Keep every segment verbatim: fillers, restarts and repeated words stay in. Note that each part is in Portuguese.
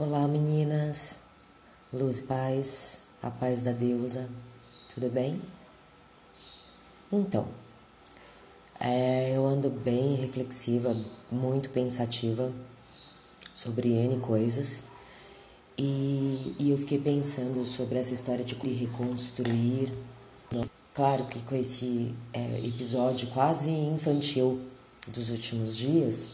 Olá meninas, luz e paz, a paz da deusa, tudo bem? Então, é, eu ando bem reflexiva, muito pensativa sobre N coisas e, e eu fiquei pensando sobre essa história de reconstruir. Claro que com esse é, episódio quase infantil dos últimos dias,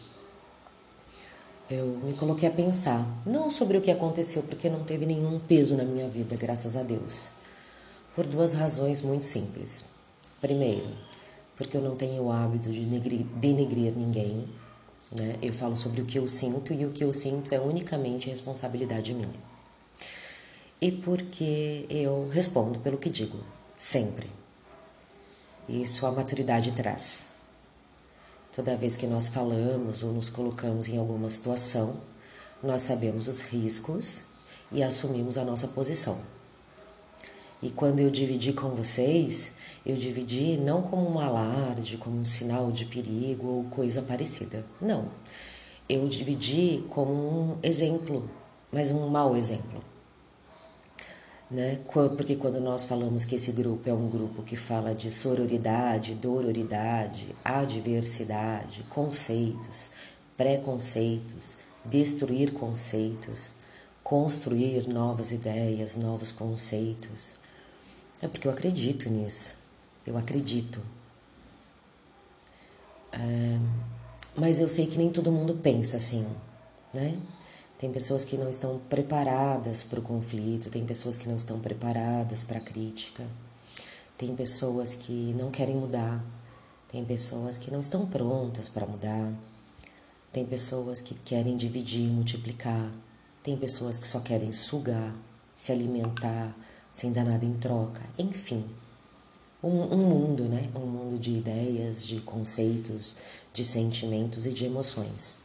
eu me coloquei a pensar, não sobre o que aconteceu, porque não teve nenhum peso na minha vida, graças a Deus. Por duas razões muito simples. Primeiro, porque eu não tenho o hábito de denegrir, denegrir ninguém, né? Eu falo sobre o que eu sinto e o que eu sinto é unicamente responsabilidade minha. E porque eu respondo pelo que digo, sempre. Isso a maturidade traz. Toda vez que nós falamos ou nos colocamos em alguma situação, nós sabemos os riscos e assumimos a nossa posição. E quando eu dividi com vocês, eu dividi não como um alarde, como um sinal de perigo ou coisa parecida. Não. Eu dividi como um exemplo, mas um mau exemplo. Né? Porque quando nós falamos que esse grupo é um grupo que fala de sororidade, dororidade, adversidade, conceitos, preconceitos, destruir conceitos, construir novas ideias, novos conceitos, é porque eu acredito nisso. Eu acredito. É, mas eu sei que nem todo mundo pensa assim, né? Tem pessoas que não estão preparadas para o conflito, tem pessoas que não estão preparadas para a crítica, tem pessoas que não querem mudar, tem pessoas que não estão prontas para mudar, tem pessoas que querem dividir, multiplicar, tem pessoas que só querem sugar, se alimentar, sem dar nada em troca, enfim. Um, um mundo, né? Um mundo de ideias, de conceitos, de sentimentos e de emoções.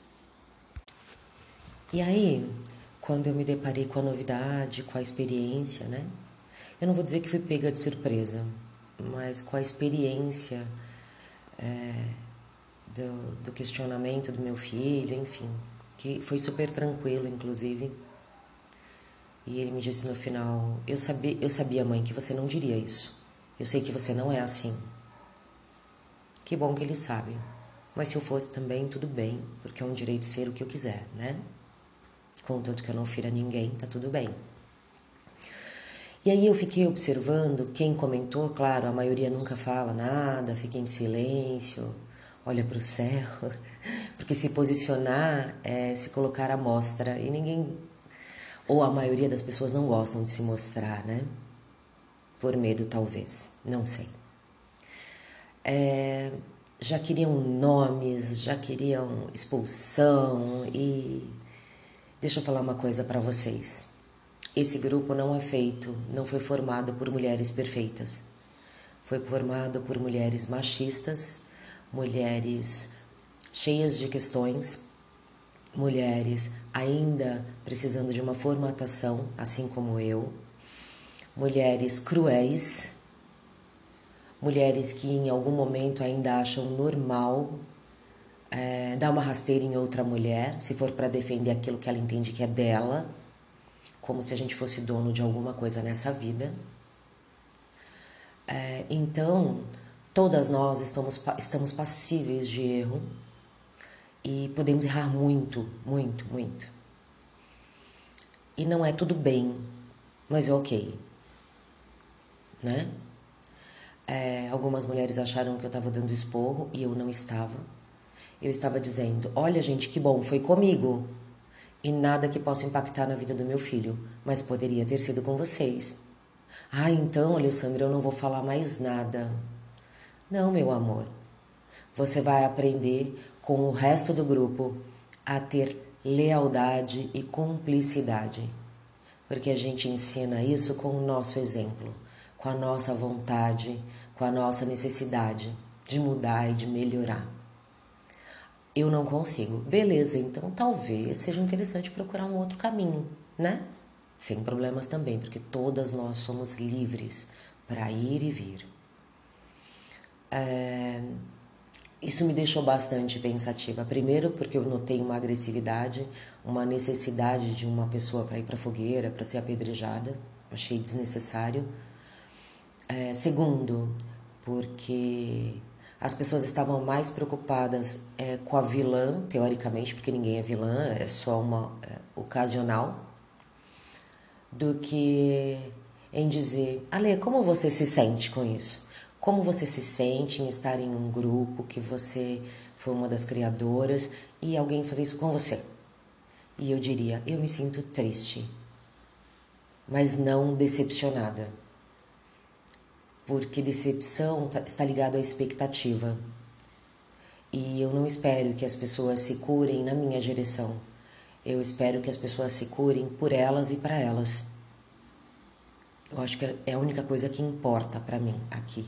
E aí, quando eu me deparei com a novidade, com a experiência, né? Eu não vou dizer que fui pega de surpresa, mas com a experiência é, do, do questionamento do meu filho, enfim, que foi super tranquilo, inclusive. E ele me disse no final, eu sabia, eu sabia, mãe, que você não diria isso. Eu sei que você não é assim. Que bom que ele sabe. Mas se eu fosse também, tudo bem, porque é um direito ser o que eu quiser, né? Contanto que eu não fira ninguém, tá tudo bem. E aí eu fiquei observando, quem comentou, claro, a maioria nunca fala nada, fica em silêncio, olha pro céu, porque se posicionar é se colocar à mostra e ninguém, ou a maioria das pessoas não gostam de se mostrar, né? Por medo, talvez, não sei. É, já queriam nomes, já queriam expulsão e deixa eu falar uma coisa para vocês. Esse grupo não é feito, não foi formado por mulheres perfeitas. Foi formado por mulheres machistas, mulheres cheias de questões, mulheres ainda precisando de uma formatação, assim como eu, mulheres cruéis, mulheres que em algum momento ainda acham normal é, dar uma rasteira em outra mulher, se for para defender aquilo que ela entende que é dela, como se a gente fosse dono de alguma coisa nessa vida. É, então, todas nós estamos, estamos passíveis de erro e podemos errar muito, muito, muito. E não é tudo bem, mas é ok, né? É, algumas mulheres acharam que eu estava dando esporro e eu não estava. Eu estava dizendo, olha gente, que bom, foi comigo. E nada que possa impactar na vida do meu filho, mas poderia ter sido com vocês. Ah, então, Alessandra, eu não vou falar mais nada. Não, meu amor. Você vai aprender com o resto do grupo a ter lealdade e cumplicidade. Porque a gente ensina isso com o nosso exemplo, com a nossa vontade, com a nossa necessidade de mudar e de melhorar. Eu não consigo. Beleza, então talvez seja interessante procurar um outro caminho, né? Sem problemas também, porque todas nós somos livres para ir e vir. É... Isso me deixou bastante pensativa. Primeiro, porque eu notei uma agressividade, uma necessidade de uma pessoa para ir para a fogueira, para ser apedrejada. Achei desnecessário. É, segundo, porque as pessoas estavam mais preocupadas é, com a vilã, teoricamente, porque ninguém é vilã, é só uma é, ocasional, do que em dizer: Ale, como você se sente com isso? Como você se sente em estar em um grupo que você foi uma das criadoras e alguém fazer isso com você? E eu diria: eu me sinto triste, mas não decepcionada. Porque decepção está ligado à expectativa. E eu não espero que as pessoas se curem na minha direção. Eu espero que as pessoas se curem por elas e para elas. Eu acho que é a única coisa que importa para mim aqui.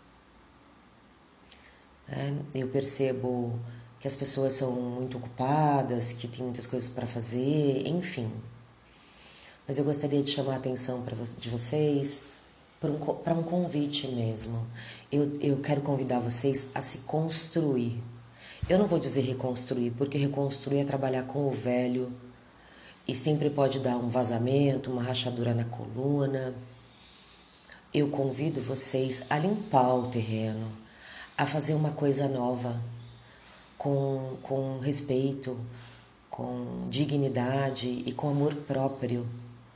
É, eu percebo que as pessoas são muito ocupadas, que tem muitas coisas para fazer, enfim. Mas eu gostaria de chamar a atenção pra, de vocês para um, para um convite mesmo. Eu, eu quero convidar vocês a se construir. Eu não vou dizer reconstruir, porque reconstruir é trabalhar com o velho e sempre pode dar um vazamento, uma rachadura na coluna. Eu convido vocês a limpar o terreno, a fazer uma coisa nova, com, com respeito, com dignidade e com amor próprio.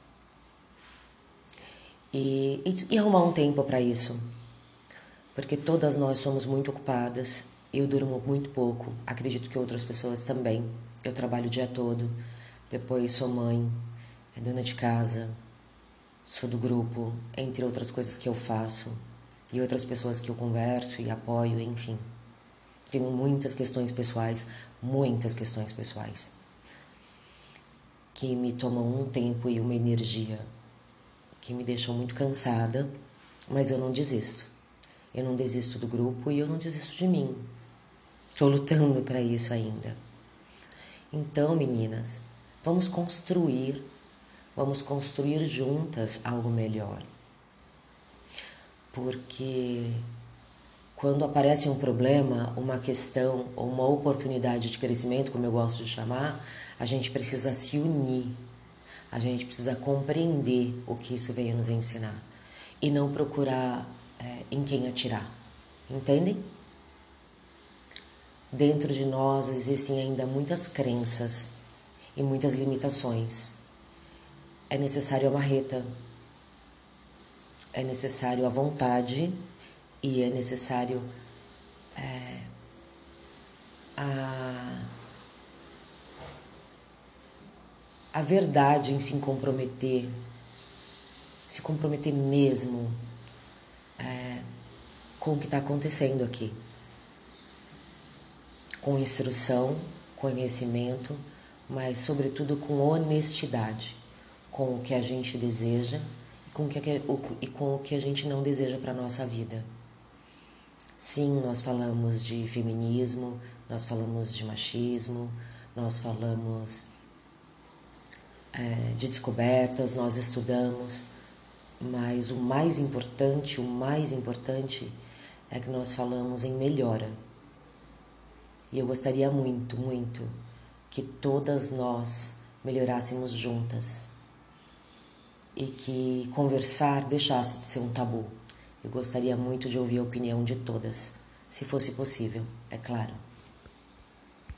E, e, e arrumar um tempo para isso, porque todas nós somos muito ocupadas. Eu durmo muito pouco, acredito que outras pessoas também. Eu trabalho o dia todo, depois sou mãe, é dona de casa, sou do grupo, entre outras coisas que eu faço, e outras pessoas que eu converso e apoio, enfim. Tenho muitas questões pessoais, muitas questões pessoais, que me tomam um tempo e uma energia, que me deixam muito cansada, mas eu não desisto. Eu não desisto do grupo e eu não desisto de mim. Estou lutando para isso ainda. Então, meninas, vamos construir, vamos construir juntas algo melhor. Porque quando aparece um problema, uma questão ou uma oportunidade de crescimento, como eu gosto de chamar, a gente precisa se unir. A gente precisa compreender o que isso veio nos ensinar e não procurar é, em quem atirar. Entendem? Dentro de nós existem ainda muitas crenças e muitas limitações. É necessário a marreta, é necessário a vontade e é necessário é, a, a verdade em se comprometer, se comprometer mesmo é, com o que está acontecendo aqui. Com instrução, conhecimento, mas sobretudo com honestidade, com o que a gente deseja e com o que, e com o que a gente não deseja para a nossa vida. Sim, nós falamos de feminismo, nós falamos de machismo, nós falamos é, de descobertas, nós estudamos, mas o mais importante, o mais importante é que nós falamos em melhora. E eu gostaria muito, muito que todas nós melhorássemos juntas e que conversar deixasse de ser um tabu. Eu gostaria muito de ouvir a opinião de todas, se fosse possível, é claro.